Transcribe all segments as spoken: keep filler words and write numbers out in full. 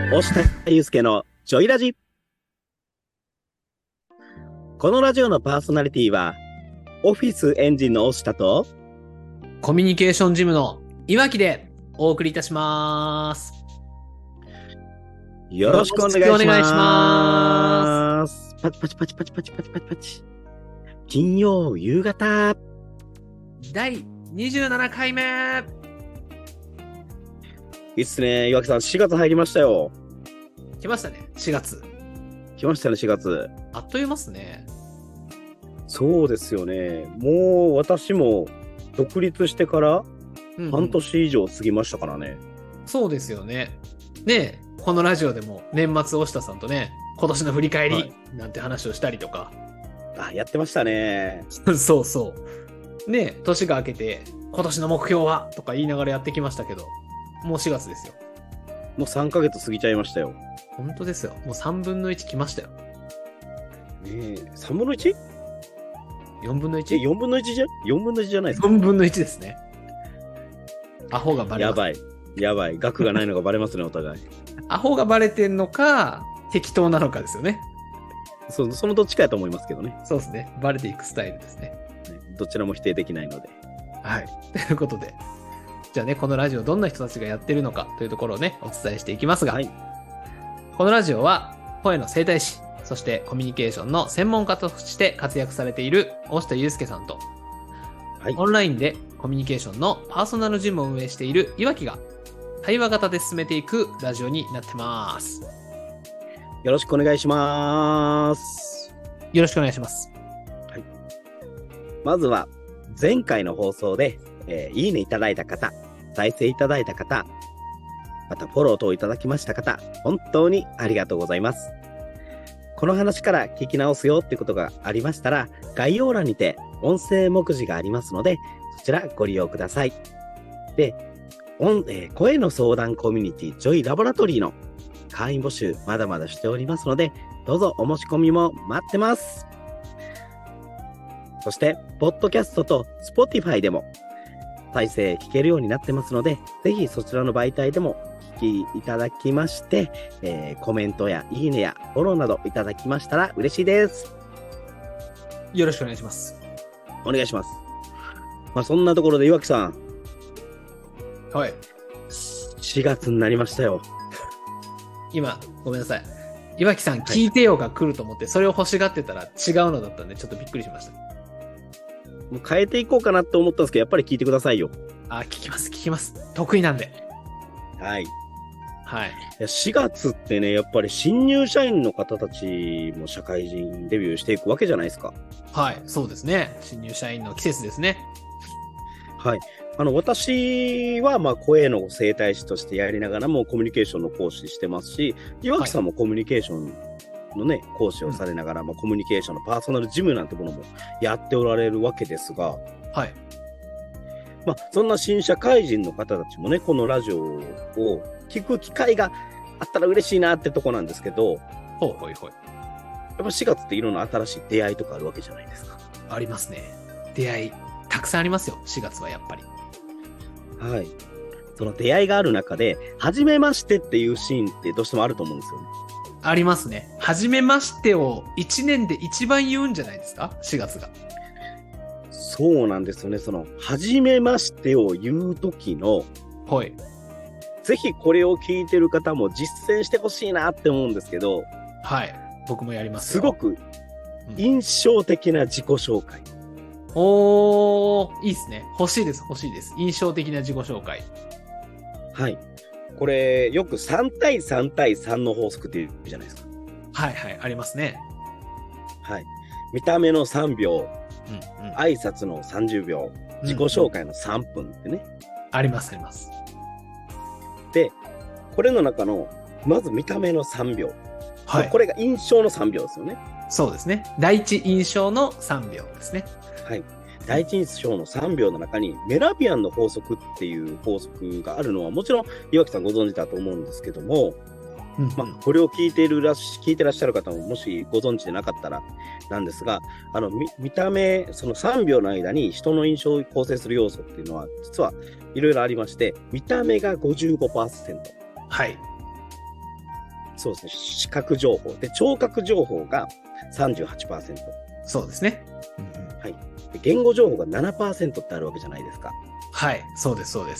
押田祐介のジョイラジ。このラジオのパーソナリティはオフィスエンジンの押田とコミュニケーションジムの岩木でお送りいたします。 よろしくお願いします。 よろしくお願いしまパチパチパチパチパチパチパチパチ。金曜夕方だいにじゅうななかいめ。 いいっすね。岩木さん、しがつ入りましたよ。 来ましたね、しがつ。 来ましたね、しがつ。 あっという間っすね。 そうですよね。もう私も独立してから半年以上過ぎましたからね。 うんうん、そうですよね。ねえ、このラジオでも年末押田さんとね、今年の振り返りなんて話をしたりとか。 はい、あ、やってましたね。 そうそう。ねえ、年が明けて今年の目標はとか言いながらやってきましたけど、もうしがつですよ。 もうさんかげつ過ぎちゃいましたよ。 本当ですよ。もうさんぶんのいち来ましたよ。ねえ、さんぶんのいち？ よんぶんのいち？ え、よんぶんのいちじゃ ?よんぶんのいちじゃないですか。 よんぶんのいちですね。アホがバレます。 やばい。やばい。額がないのがバレますね、お互い。 アホがバレてんのか、適当なのかですよね。 そ, そのどっちかやと思いますけどね。 そうですね。バレていくスタイルですね。 どちらも否定できないので。 はい。ということで、じゃあね、このラジオどんな人たちがやってるのかというところをね、お伝えしていきますが、はい、このラジオは声の整体師、そしてコミュニケーションの専門家として活躍されている押田祐介さんと、はい、オンラインでコミュニケーションのパーソナルジムを運営している岩木が対話型で進めていくラジオになってます。 よろしくお願いします。 よろしくお願いします。 はい、まずは前回の放送で、えー、いいねいただいた方、再生いただいた方、またフォロー等いただきました方、本当にありがとうございます。この話から聞き直すよってことがありましたら、概要欄にて音声目次がありますので、そちらご利用ください。で、音えー、声の相談コミュニティジョイラボラトリーの会員募集まだまだしておりますので、どうぞお申し込みも待ってます。そして、ポッドキャストと Spotify でも再生聞けるようになってますので、ぜひそちらの媒体でも聞きいただきまして、えー、コメントやいいねやフォローなどいただきましたら嬉しいです。 よろしくお願いします。 お願いします。まあそんなところで岩木さん。 はい。 しがつになりましたよ。 今、ごめんなさい。岩木さん、聞いてよが来ると思って、はい、それを欲しがってたら違うのだったんで、ちょっとびっくりしました。 もう変えていこうかなって思ったんですけど、やっぱり聞いてくださいよ。 あ、聞きます、聞きます。得意なんで。 はい。 はい。 いやしがつってね、やっぱり新入社員の方たちも社会人デビューしていくわけじゃないですか。 はい、そうですね。新入社員の季節ですね。 はい。あの、私は、まあ、声の整体師としてやりながらもコミュニケーションの講師してますし、岩木さんもコミュニケーションのね、講師をされながら、うん、まあ、コミュニケーションのパーソナルジムなんてものもやっておられるわけですが、 はい。 まあ、そんな新社会人の方たちもね、このラジオを聞く機会があったら嬉しいなってとこなんですけど、 ほいほいほい。 やっぱしがつっていろんな新しい出会いとかあるわけじゃないですか。 ありますね。出会い、たくさんありますよ、しがつはやっぱり。 はい。その出会いがある中で、初めましてっていうシーンってどうしてもあると思うんですよね。 ありますね。初めましてをいちねんで一番言うんじゃないですか、しがつが。 そうなんですよね。その、初めましてを言う時の、 はい。 ぜひこれを聞いてる方も実践してほしいなって思うんですけど、 はい。僕もやりますよ。すごく印象的な自己紹介。うんおー、いいですね。欲しいです、欲しいです。印象的な自己紹介。 はい。これ、よくさん対さん対さんの法則って言うじゃないですか。 はいはい、ありますね。 はい。見た目のさんびょう、 うんうん、 挨拶のさんじゅうびょう、自己紹介のさんぷんってね。 うんうん、あります、あります。 で、これの中の、まず見た目のさんびょう。はい。これが印象のさんびょうですよね。 そうですね。第一印象のさんびょうですね。 はい。第一印象のさんびょうの中にメラビアンの法則っていう法則があるのはもちろん岩木さんご存知だと思うんですけども、うんうん、まあ、これを聞いているらし聞いてらっしゃる方ももしご存知でなかったらなんですが、あの 見, 見た目そのさんびょうの間に人の印象を構成する要素っていうのは実はいろいろありまして、見た目が ごじゅうごパーセント、 はい、 そうですね。視覚情報。で、聴覚情報が さんじゅうはちパーセント。 そうですね。 うんうん、はい。で、言語情報が ななパーセント ってあるわけじゃないですか。 はい。そうです、そうです。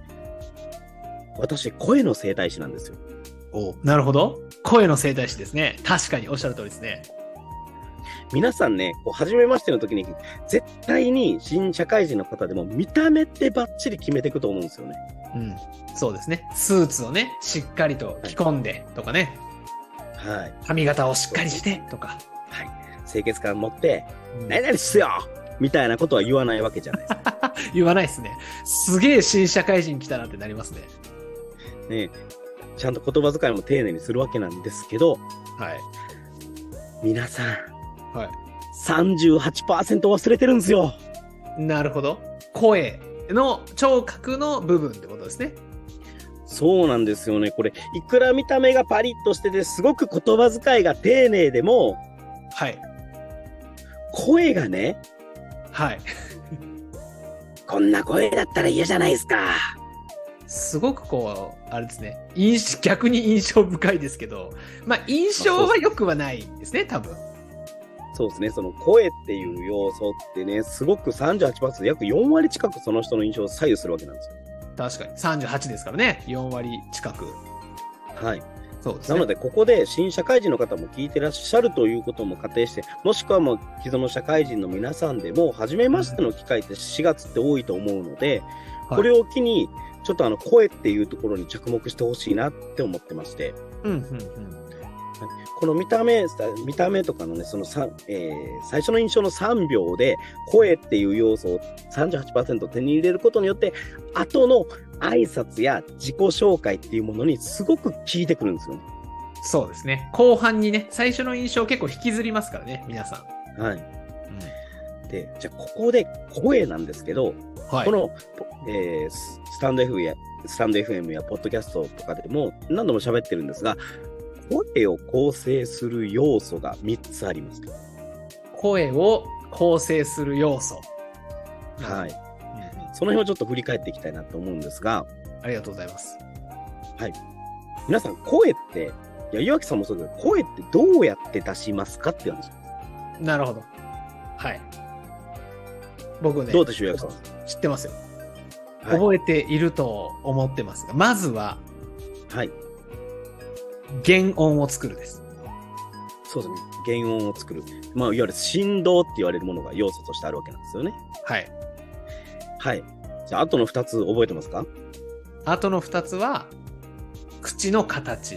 私、声の整体師なんですよ。 お、なるほど。声の整体師ですね。確かにおっしゃる通りですね。 皆さんね、こう初めましての時に、絶対に新社会人の方でも見た目ってバッチリ決めていくと思うんですよね。 うん。そうですね。スーツをね、しっかりと着込んでとかね。 はい。 髪型をしっかりしてとか。 はい。清潔感持って、うん、何々っすよみたいなことは言わないわけじゃないですか。 言わないですね。すげえ新社会人来たなってなりますね。 ね、ちゃんと言葉遣いも丁寧にするわけなんですけど、 はい。 皆さん、 はい、 さんじゅうはちパーセント 忘れてるんですよ。 なるほど。声の聴覚の部分ってことですね。 そうなんですよね。これ、いくら見た目がパリッとしてて、すごく言葉遣いが丁寧でも、 はい。 声がね、 はい。 こんな声だったら嫌じゃないですか。 すごくこう、あれですね。印逆に印象深いですけど、まあ、印象は良くはないですね、多分。 そうですね。その声っていう要素ってね、すごく さんじゅうはちパーセント、約よん割近くその人の印象を左右するわけなんですよ。 確かに。さんじゅうはちですからね。よん割近く。 はい。 そうですね。 なので、ここで新社会人の方も聞いてらっしゃるということも仮定して、もしくはもう既存の社会人の皆さんでも、初めましての機会ってしがつって多いと思うので、はい、これを機に、ちょっとあの声っていうところに着目してほしいなって思ってまして。うんうんうん。この見た目、見た目とかのね、そのさ、えー、最初の印象のさんびょうで、声っていう要素を さんじゅうはちパーセント 手に入れることによって、後の挨拶や自己紹介っていうものにすごく効いてくるんですよね。 そうですね。後半にね、最初の印象を結構引きずりますからね、皆さん。 はい。うん、で、じゃあここで声なんですけど、はい、この、えー、スタンド F や、スタンド エフエム やポッドキャストとかでも何度も喋ってるんですが、声を構成する要素がみっつあります。 声を構成する要素。 はい。うん、その辺をちょっと振り返っていきたいなと思うんですが。 ありがとうございます。 はい。皆さん、声って、いや、岩木さんもそうだけど、声ってどうやって出しますかっていう話です。 なるほど。はい。僕ね。 どうでしょう、岩木さん。 知ってますよ。はい、覚えていると思ってますが、まずは、 はい。 原音を作るです。 そうですね。原音を作る。まあ、いわゆる振動って言われるものが要素としてあるわけなんですよね。 はい。 はい。じゃあ、あとの二つ覚えてますか？ あとの二つは、口の形。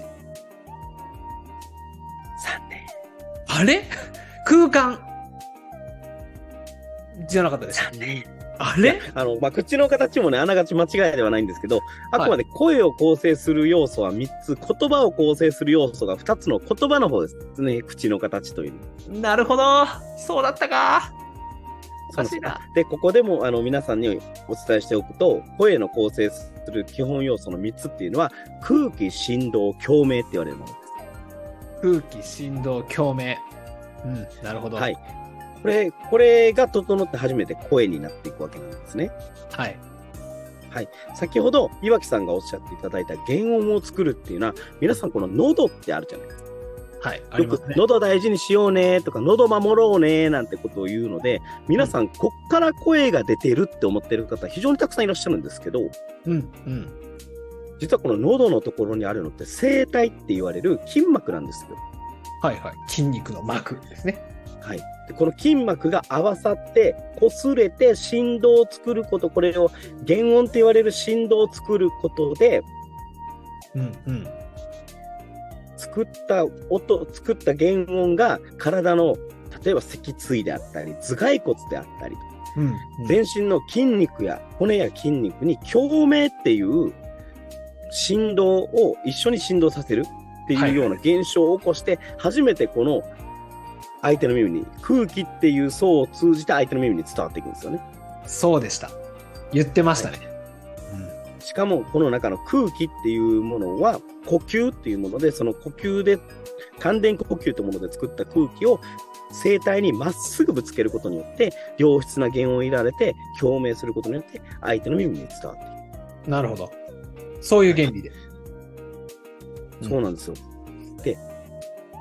残念。 あれ空間じゃなかったですか？ 残念。 あれあの、まあ、口の形もね、あながち間違いではないんですけど、あくまで声を構成する要素はみっつ、言葉を構成する要素がふたつの言葉の方ですね。口の形という。 なるほど。そうだったか。 おかしいな。で、ここでも、あの、皆さんにお伝えしておくと、声の構成する基本要素のみっつっていうのは、空気、振動、共鳴って言われるものです。 空気、振動、共鳴。うん、なるほど。 はい。これ、これが整って初めて声になっていくわけなんですね。 はい。 はい。先ほど、岩木さんがおっしゃっていただいた原音を作るっていうのは、皆さんこの喉ってあるじゃないですか。 はい。ありますね。 よく喉大事にしようねとか、喉守ろうねなんてことを言うので、皆さん、こっから声が出てるって思ってる方、非常にたくさんいらっしゃるんですけど、 うん、うん。 実はこの喉のところにあるのって、声帯って言われる筋膜なんですよ。 はいはい。筋肉の膜ですね。 はい。でこの筋膜が合わさって、擦れて振動を作ること、これを原音って言われる振動を作ることで、 うんうん。 作った音、作った原音が体の、例えば脊椎であったり、頭蓋骨であったり、 うんうん、 全身の筋肉や骨や筋肉に共鳴っていう振動を一緒に振動させるっていうような現象を起こして、初めてこの相手の耳に、空気っていう層を通じて相手の耳に伝わっていくんですよね。 そうでした。言ってましたね。 はいうん、しかも、この中の空気っていうものは、呼吸っていうもので、その呼吸で、丹田呼吸というもので作った空気を声帯にまっすぐぶつけることによって、良質な原音を入れられて、共鳴することによって、相手の耳に伝わっていく。 なるほど。そういう原理で。 そうなんですよ。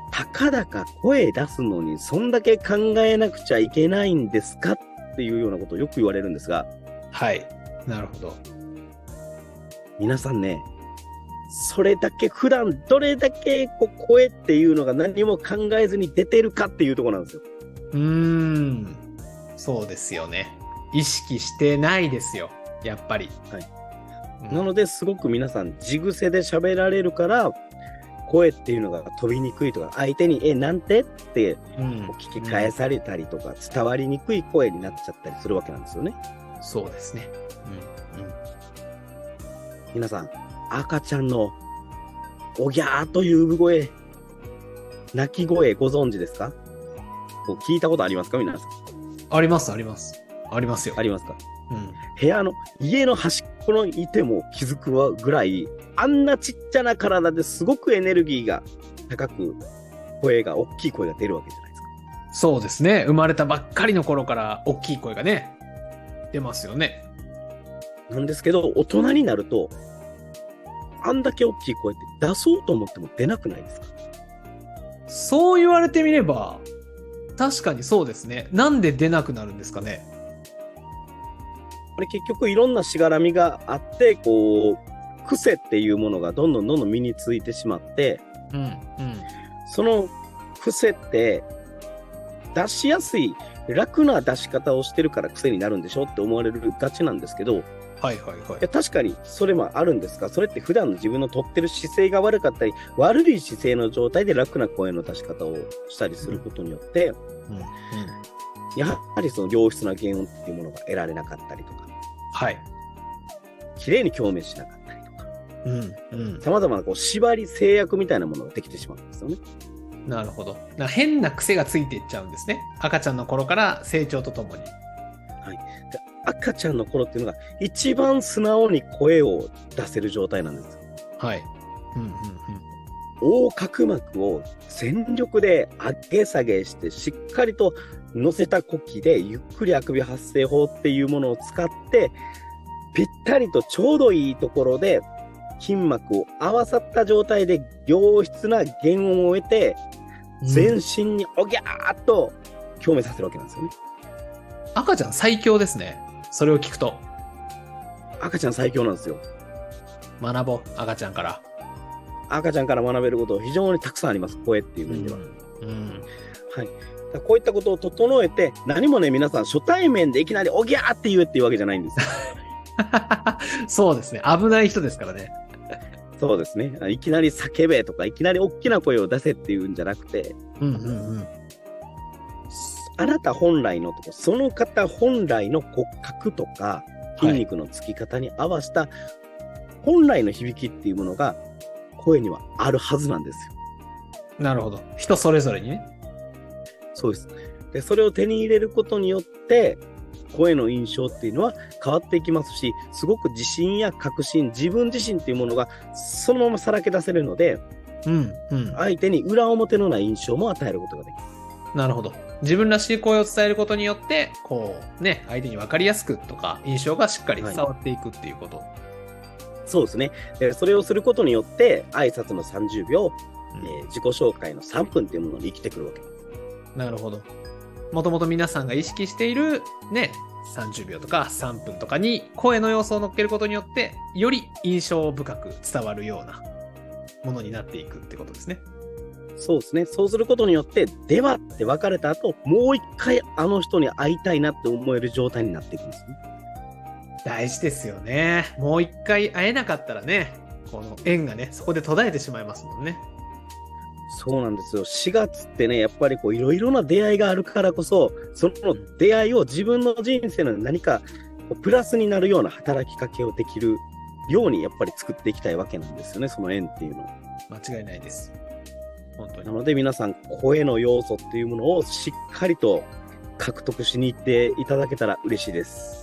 たかだか声出すのにそんだけ考えなくちゃいけないんですかっていうようなことをよく言われるんですが、 はい。なるほど。 皆さんね、それだけ普段どれだけこう声っていうのが何も考えずに出てるかっていうところなんですよ。 うーん。そうですよね。意識してないですよ。やっぱり。 はい。 うん、 なのですごく皆さん地癖で喋られるから声っていうのが飛びにくいとか、相手にえなんてって聞き返されたりとか、うん、伝わりにくい声になっちゃったりするわけなんですよね。 そうですね。うんうん、 皆さん赤ちゃんのおぎゃーという産声、泣き声ご存知ですか？こう聞いたことありますか皆さん？ ありますありますありますよ。 ありますか？ うん、 部屋の家の端っこにいても気づくぐらい、あんなちっちゃな体ですごくエネルギーが高く、声が大きい声が出るわけじゃないですか。 そうですね。生まれたばっかりの頃から大きい声がね出ますよね。 なんですけど、大人になるとあんだけ大きい声って出そうと思っても出なくないですか？ そう言われてみれば確かにそうですね。なんで出なくなるんですかね。 これ結局いろんなしがらみがあって、こう癖っていうものがどんどんどんどん身についてしまって、 うんうん、 その癖って出しやすい楽な出し方をしてるから癖になるんでしょって思われるがちなんですけど、 はいはいはい。いや確かにそれもあるんですが、それって普段の自分の取ってる姿勢が悪かったり、悪い姿勢の状態で楽な声の出し方をしたりすることによって、うんうん、やはりその良質な原音っていうものが得られなかったりとか、 はい、 綺麗に共鳴しなかったりとか、 うんうん、 様々なこう縛り制約みたいなものができてしまうんですよね。 なるほど。な変な癖がついていっちゃうんですね。赤ちゃんの頃から成長とともに。 はい。で赤ちゃんの頃っていうのが一番素直に声を出せる状態なんです。 はい。うんうんうん。 横隔膜を全力で上げ下げしてしっかりと乗せた呼気でゆっくりあくび発声法っていうものを使ってぴったりとちょうどいいところで筋膜を合わさった状態で良質な原音を得て全身におぎゃーっと共鳴させるわけなんですよね。 赤ちゃん最強ですね。それを聞くと。 赤ちゃん最強なんですよ。 学ぼう、赤ちゃんから。 赤ちゃんから学べること非常にたくさんあります。声っていう面では。 うんうん、 はい。こういったことを整えて、何もね、皆さん初対面でいきなりおぎゃーって言うっていうわけじゃないんですよ。 そうですね。危ない人ですからね。 そうですね。いきなり叫べとか、いきなり大きな声を出せっていうんじゃなくて、 うんうんうん、 あなた本来のとこ、その方本来の骨格とか、筋肉のつき方に合わせた本来の響きっていうものが声にはあるはずなんですよ。 なるほど。人それぞれにね。 そうです。で、それを手に入れることによって、声の印象っていうのは変わっていきますし、すごく自信や確信、自分自身っていうものがそのままさらけ出せるので、 うんうん、 相手に裏表のない印象も与えることができる。 なるほど。自分らしい声を伝えることによって、こうね、相手に分かりやすくとか、印象がしっかり伝わっていくっていうこと。はい、 そうですね。で、それをすることによって、挨拶のさんじゅうびょう、うんえー、自己紹介のさんぷんっていうものに生きてくるわけ。 なるほど。もともと皆さんが意識しているね、さんじゅうびょうとかさんぷんとかに声の要素を乗っけることによって、より印象深く伝わるようなものになっていくってことですね。 そうですね。そうすることによって、ではって別れた後、もう一回あの人に会いたいなって思える状態になっていくんですね。 大事ですよね。もう一回会えなかったらね、この縁がね、そこで途絶えてしまいますもんね。 そうなんですよ。しがつってね、やっぱりこういろいろな出会いがあるからこそ、その出会いを自分の人生の何かプラスになるような働きかけをできるようにやっぱり作っていきたいわけなんですよね、その縁っていうのは。 間違いないです。本当に。 なので皆さん、声の要素っていうものをしっかりと獲得しに行っていただけたら嬉しいです。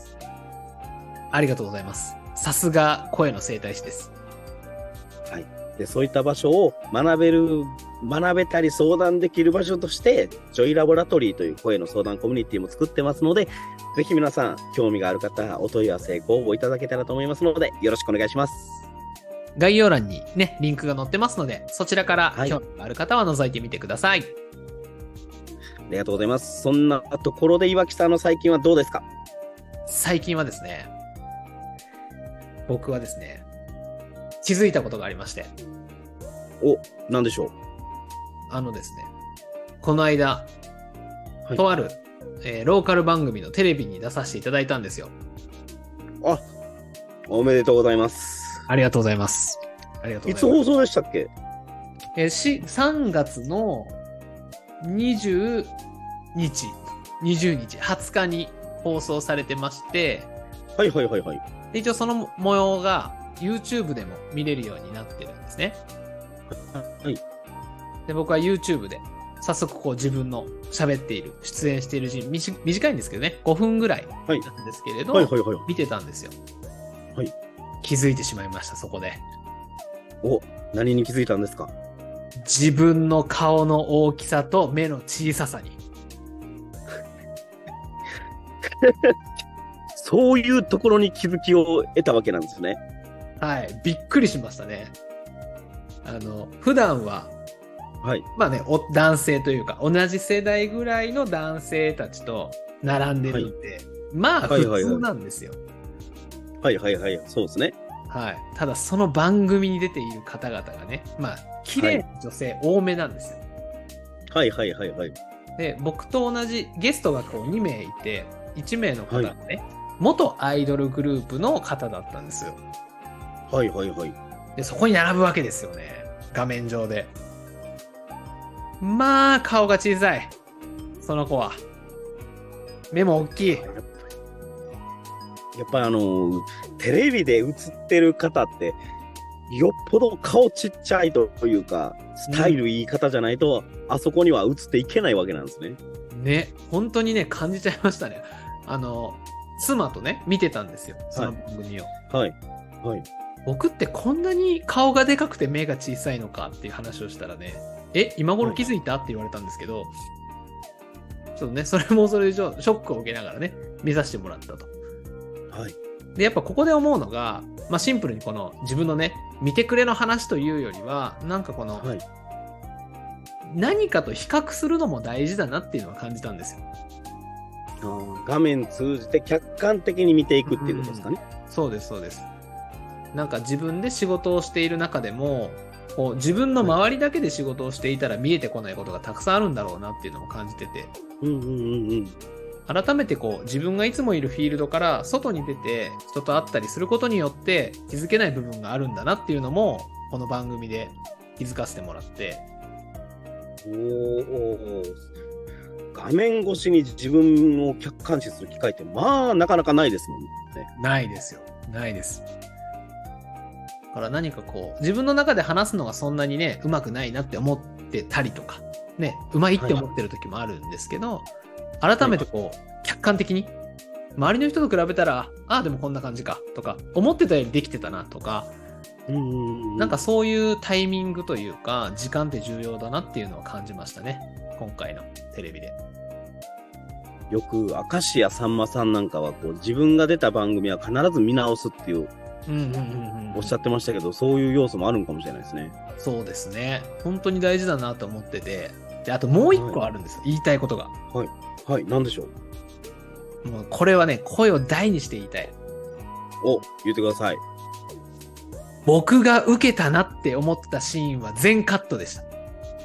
ありがとうございます。さすが声の整体師です。 はい。で、そういった場所を学べる、学べたり相談できる場所として、ジョイラボラトリーという声の相談コミュニティも作ってますので、ぜひ皆さん、興味がある方、お問い合わせ、ご応募いただけたらと思いますので、よろしくお願いします。 概要欄にね、リンクが載ってますので、そちらからはい興味がある方は覗いてみてください。 ありがとうございます。そんなところで岩木さんの最近はどうですか？ 最近はですね、僕はですね、気づいたことがありまして、 お、なんでしょう？ あのですね、この間、 はいとある、えーローカル番組のテレビに出させていただいたんですよ。 あ、おめでとうございます。 ありがとうございます。ありがとういございます。 つ放送でしたっけ？ えーし、さんがつのにじゅうにち、にじゅうにち、はつかに放送されてまして、 はいはいはいはい。 で一応その模様が YouTube でも見れるようになってるんですね。 はい。 で僕は YouTube で早速こう自分の喋っている、出演しているシーン、みじ短いんですけどね、ごふんぐらいはいなんですけれど、 はいはいはい。 見てたんですよ。 はい。 気づいてしまいました、そこで。 お、何に気づいたんですか？ 自分の顔の大きさと目の小ささに。 そういうところに気づきを得たわけなんですね。 はい。びっくりしましたね。あの、普段は、 はい。 まあね、お男性というか、同じ世代ぐらいの男性たちと並んでるんで、まあはいはいはい普通なんですよ。 はいはいはい。そうですね。 はい。ただその番組に出ている方々がね、まあ、綺麗な女性多めなんですよ。 はいはいはいはい。 で、僕と同じゲストがこうにめいいて、いちめいの方がね、元アイドルグループの方だったんですよ。 はいはいはい。 で、そこに並ぶわけですよね。画面上で。まあ、顔が小さい。その子は。目も大きい。 やっぱりあのーテレビで映ってる方ってよっぽど顔ちっちゃいというかスタイルいい方じゃないと、うん、あそこには映っていけないわけなんですね。 ね、本当にね感じちゃいましたね。あの妻とね見てたんですよ、その番組を。 はいはい。 僕ってこんなに顔がでかくて目が小さいのかっていう話をしたらね、え今頃気づいた、はい、って言われたんですけど、ちょっとねそれもそれ以上ショックを受けながらね見させてもらったと。 はい。 でやっぱここで思うのが、まあ、シンプルにこの自分のね見てくれの話というよりはなんかこの、はい、何かと比較するのも大事だなっていうのは感じたんですよ。 あ、画面通じて客観的に見ていくっていうことですかね。 うん、そうですそうです。なんか自分で仕事をしている中でもこう自分の周りだけで仕事をしていたら見えてこないことがたくさんあるんだろうなっていうのも感じてて、 うんうんうんうん、 改めてこう自分がいつもいるフィールドから外に出て人と会ったりすることによって気づけない部分があるんだなっていうのもこの番組で気づかせてもらって。 おー、画面越しに自分を客観視する機会ってまあなかなかないですもんね。 ないですよ。ないです。だから何かこう自分の中で話すのがそんなにねうまくないなって思ってたりとかね、うまいって思ってる時もあるんですけど、はい、改めてこう、はい、客観的に周りの人と比べたらああでもこんな感じかとか思ってたよりできてたなとか、 うんうんうん、 なんかそういうタイミングというか時間って重要だなっていうのを感じましたね、今回のテレビで。 よく明石家さんまさんなんかはこう自分が出た番組は必ず見直すっていうおっしゃってましたけど、そういう要素もあるんかもしれないですね。 そうですね、本当に大事だなと思ってて、であともう一個あるんですよ、はい、言いたいことが。 はいはい、何でしょう。 もうこれはね声を大にして言いたい。 お、言ってください。 僕が受けたなって思ったシーンは全カットでした。ん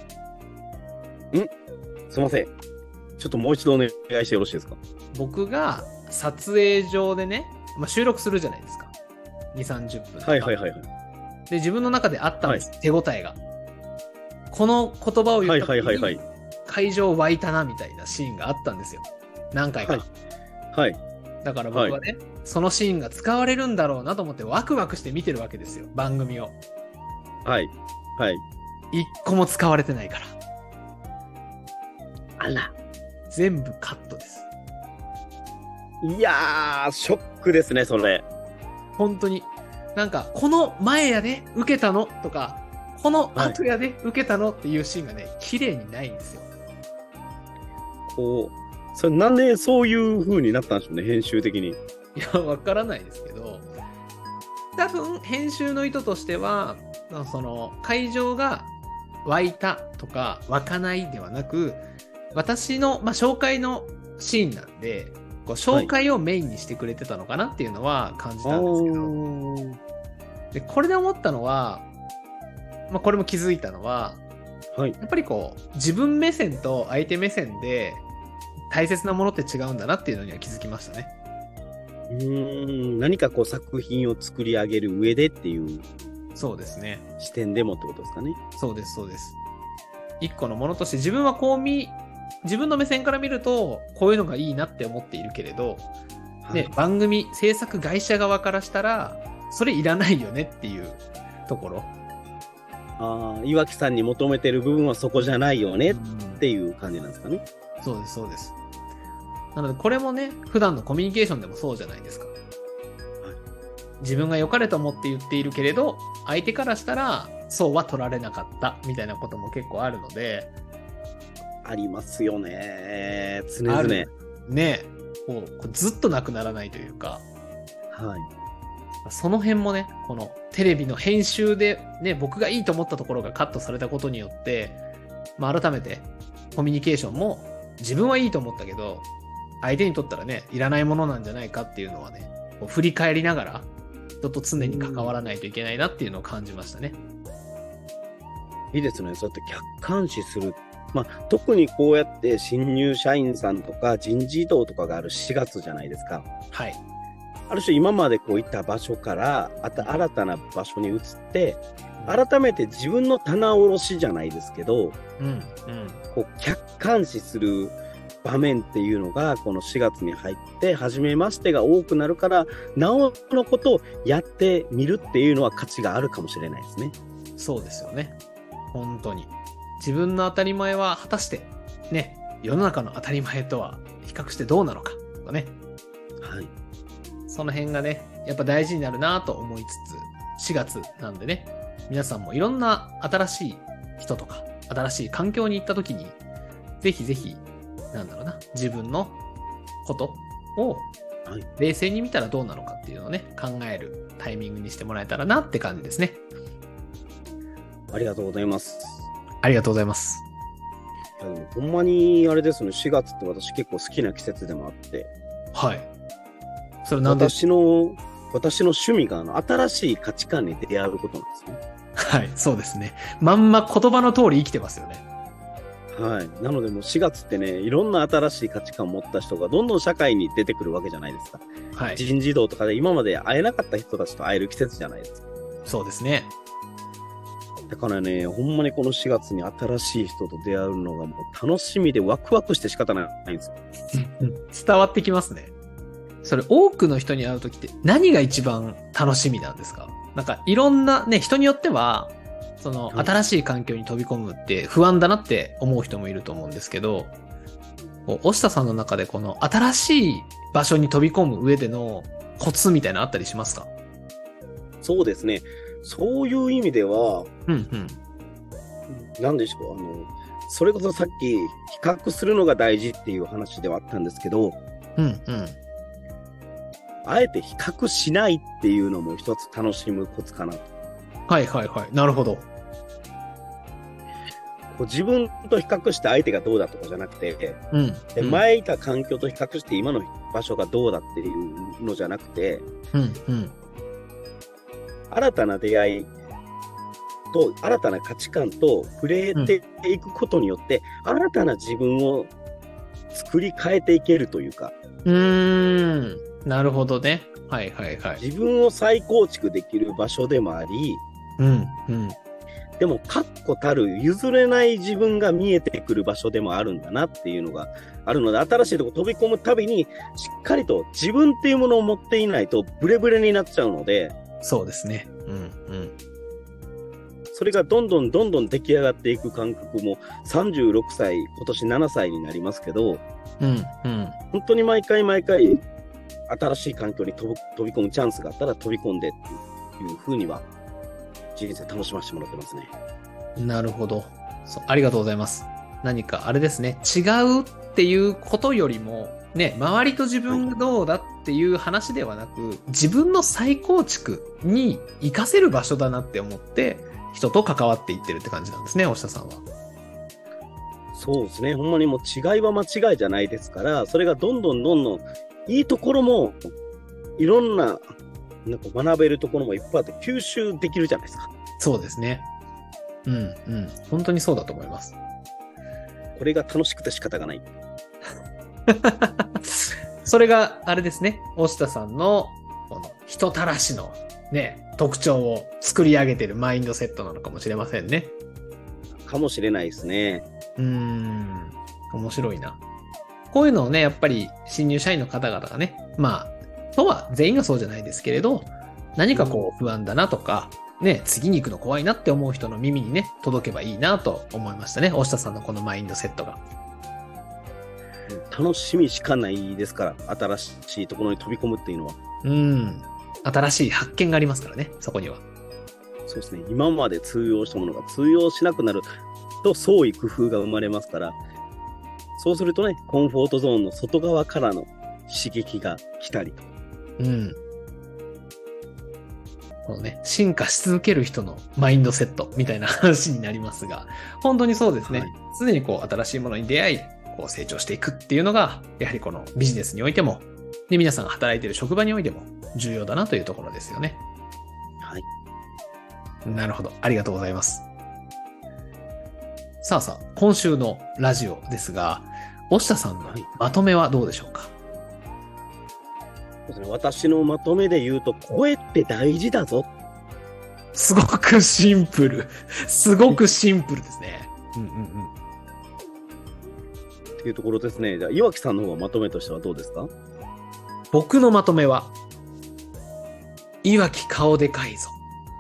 すいません、ちょっともう一度お願いしてよろしいですか。僕が撮影上でね、まあ、収録するじゃないですか、にじゅう、さんじゅっぷんとか。 はいはいはいはい。 で自分の中であったんです、はい、手応えが。この言葉を言った時に会場湧いたなみたいなシーンがあったんですよ、何回か。 はい、はい、 だから僕はね、はい、そのシーンが使われるんだろうなと思ってワクワクして見てるわけですよ、番組を。 はいはい。 一個も使われてないから。 あら、 全部カットです。 いやーショックですねそれ。 本当になんかこの前やで受けたのとかこの後やで受けたのっていうシーンがね、綺麗にないんですよ。 こうそれなんでそういう風になったんでしょうね、編集的に。 いやわからないですけど、 多分編集の意図としては、その会場が湧いたとか湧かないではなく、私の、まあ、紹介のシーンなんで、こう紹介をメインにしてくれてたのかなっていうのは感じたんですけど、はい、でこれで思ったのは、まあ、これも気づいたのは、はい、やっぱりこう自分目線と相手目線で大切なものって違うんだなっていうのには気づきましたね。 うーん、何かこう作品を作り上げる上でっていうそうですね視点でもってことですかね。 そうですそうです。一個のものとして自分はこう見自分の目線から見るとこういうのがいいなって思っているけれど、はい、ね、番組制作会社側からしたらそれいらないよねっていうところ。 ああ、岩木さんに求めてる部分はそこじゃないよねっていう感じなんですかね。 うん、そうですそうです。なのでこれもね、普段のコミュニケーションでもそうじゃないですか。はい、自分が良かれと思って言っているけれど、相手からしたらそうは取られなかったみたいなことも結構あるので。 ありますよね。常々。 ね、こうずっとなくならないというか。 はい。 その辺もね、このテレビの編集でね、僕がいいと思ったところがカットされたことによって、まあ、改めてコミュニケーションも自分はいいと思ったけど、相手にとったらね、いらないものなんじゃないかっていうのはね、こう振り返りながら人と常に関わらないといけないなっていうのを感じましたね。 いいですね。そうやって客観視する。まあ、特にこうやって新入社員さんとか人事異動とかがあるしがつじゃないですか。 はい。 ある種今までこういった場所からあた新たな場所に移って改めて自分の棚卸しじゃないですけど、うんうん、こう客観視する場面っていうのがこのしがつに入って初めましてが多くなるから、なおのことをやってみるっていうのは価値があるかもしれないですね。 そうですよね。本当に自分の当たり前は果たしてね、世の中の当たり前とは比較してどうなのかとかね。 はい。 その辺がね、やっぱ大事になるなと思いつつ、しがつなんでね、皆さんもいろんな新しい人とか、新しい環境に行った時に、ぜひぜひ、なんだろうな、自分のことを冷静に見たらどうなのかっていうのをね、考えるタイミングにしてもらえたらなって感じですね。 ありがとうございます。 ありがとうございます。 いやでもほんまにあれですね、しがつって私結構好きな季節でもあって。 はい。それなんで私の、私の趣味があの新しい価値観に出会うことなんですね。 はい、そうですね。まんま言葉の通り生きてますよね。 はい。なのでもうしがつってね、いろんな新しい価値観を持った人がどんどん社会に出てくるわけじゃないですか。はい。人事異動とかで今まで会えなかった人たちと会える季節じゃないですか。 そうですね。 だからね、ほんまにこのしがつに新しい人と出会うのがもう楽しみでワクワクして仕方ないんですよ。 伝わってきますね。それ多くの人に会うときって何が一番楽しみなんですか？なんかいろんなね、人によっては、その新しい環境に飛び込むって不安だなって思う人もいると思うんですけど、押田さんの中でこの新しい場所に飛び込む上でのコツみたいなのあったりしますか？ そうですね。そういう意味では、 うんうん。 なんでしょう、あの、それこそさっき比較するのが大事っていう話ではあったんですけど、 うんうん。 あえて比較しないっていうのも一つ楽しむコツかなと。 はいはいはい。なるほど。 こう自分と比較して相手がどうだとかじゃなくて、 うん、 で前いた環境と比較して今の場所がどうだっていうのじゃなくて、 うんうん、 新たな出会いと新たな価値観と触れていくことによって、うん、新たな自分を作り変えていけるというか。 うーん、なるほどね。はいはいはい。 自分を再構築できる場所でもあり、 うんうん。 でも確固たる譲れない自分が見えてくる場所でもあるんだなっていうのがあるので、新しいとこ飛び込むたびにしっかりと自分っていうものを持っていないとブレブレになっちゃうので。 そうですね。うんうん。 それがどんどんどんどん出来上がっていく感覚もさんじゅうろくさい、今年ななさいになりますけど、 うんうん、 本当に毎回毎回新しい環境に飛び、飛び込むチャンスがあったら飛び込んでっていうふうには人生楽しませてもらってますね。 なるほど。そう、ありがとうございます。何かあれですね、違うっていうことよりもね、周りと自分がどうだっていう話ではなく、自分の再構築に活かせる場所だなって思って、人と関わっていってるって感じなんですね、大下さんは。 そうですね。ほんまにもう違いは間違いじゃないですから、それがどんどんどんどんいいところも、いろんな、なんか学べるところもいっぱいあって吸収できるじゃないですか。 そうですね。うんうん。本当にそうだと思います。 これが楽しくて仕方がない。 それがあれですね。大下さんのこの人たらしのね、特徴を作り上げてるマインドセットなのかもしれませんね。 かもしれないですね。 うーん。面白いな。こういうのをね、やっぱり新入社員の方々がね、まあ、とは全員がそうじゃないですけれど、何かこう不安だなとか、ね、次に行くの怖いなって思う人の耳にね、届けばいいなと思いましたね。大下さんのこのマインドセットが。 楽しみしかないですから、新しいところに飛び込むっていうのは。 うん。新しい発見がありますからね、そこには。 そうですね。今まで通用したものが通用しなくなると、創意工夫が生まれますから、そうするとね、コンフォートゾーンの外側からの刺激が来たりと。 うん。このね、進化し続ける人のマインドセットみたいな話になりますが、本当にそうですね。はい、常にこう新しいものに出会い、こう成長していくっていうのが、やはりこのビジネスにおいても、で皆さんが働いている職場においても重要だなというところですよね。 はい。 なるほど。ありがとうございます。さあさあ、今週のラジオですが、押下さんのまとめはどうでしょうか？ そうですね、私のまとめで言うと、声って大事だぞ。 すごくシンプル。すごくシンプルですね。うんうんうん。 っていうところですね。じゃあ、岩木さんの方がまとめとしてはどうですか？ 僕のまとめは、岩木顔でかいぞ。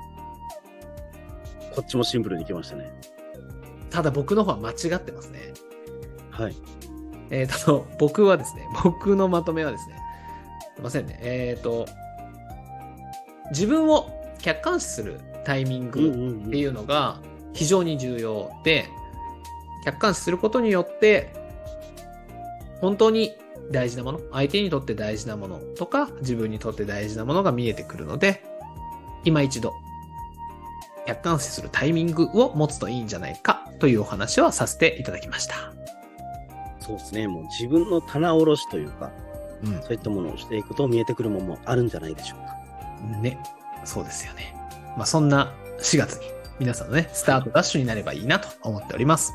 こっちもシンプルに来ましたね。 ただ僕の方は間違ってますね。 はい。 えーと、僕はですね、僕のまとめはですね、すいませんね。えーと、自分を客観視するタイミングっていうのが非常に重要で、客観視することによって、本当に大事なもの、相手にとって大事なものとか、自分にとって大事なものが見えてくるので、今一度、客観視するタイミングを持つといいんじゃないかというお話をさせていただきました。 そうですね。もう自分の棚卸しというか、うん、そういったものをしていくと見えてくるものもあるんじゃないでしょうか。 ね。そうですよね。まあそんなしがつに皆さんのね、スタートダッシュになればいいなと思っております。はい、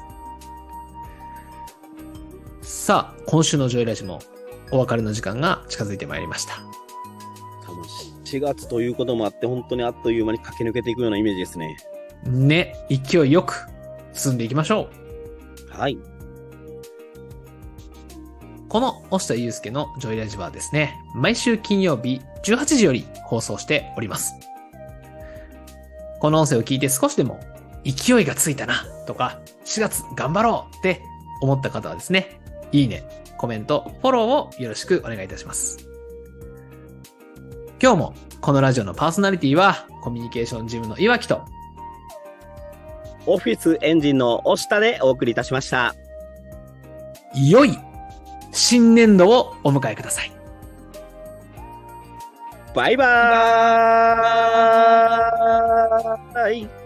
さあ、今週のジョイラジもお別れの時間が近づいてまいりました。 しがつということもあって、本当にあっという間に駆け抜けていくようなイメージですね。 ね、勢いよく進んでいきましょう。はい。 この押下祐介のジョイラジはですね、毎週金曜日じゅうはちじより放送しております。この音声を聞いて少しでも勢いがついたなとか、しがつ頑張ろうって思った方はですね、いいね、コメント、フォローをよろしくお願いいたします。今日もこのラジオのパーソナリティはコミュニケーションジムの岩木とオフィスエンジンの押下でお送りいたしました。 良い新年度をお迎えください。 バイバーイ。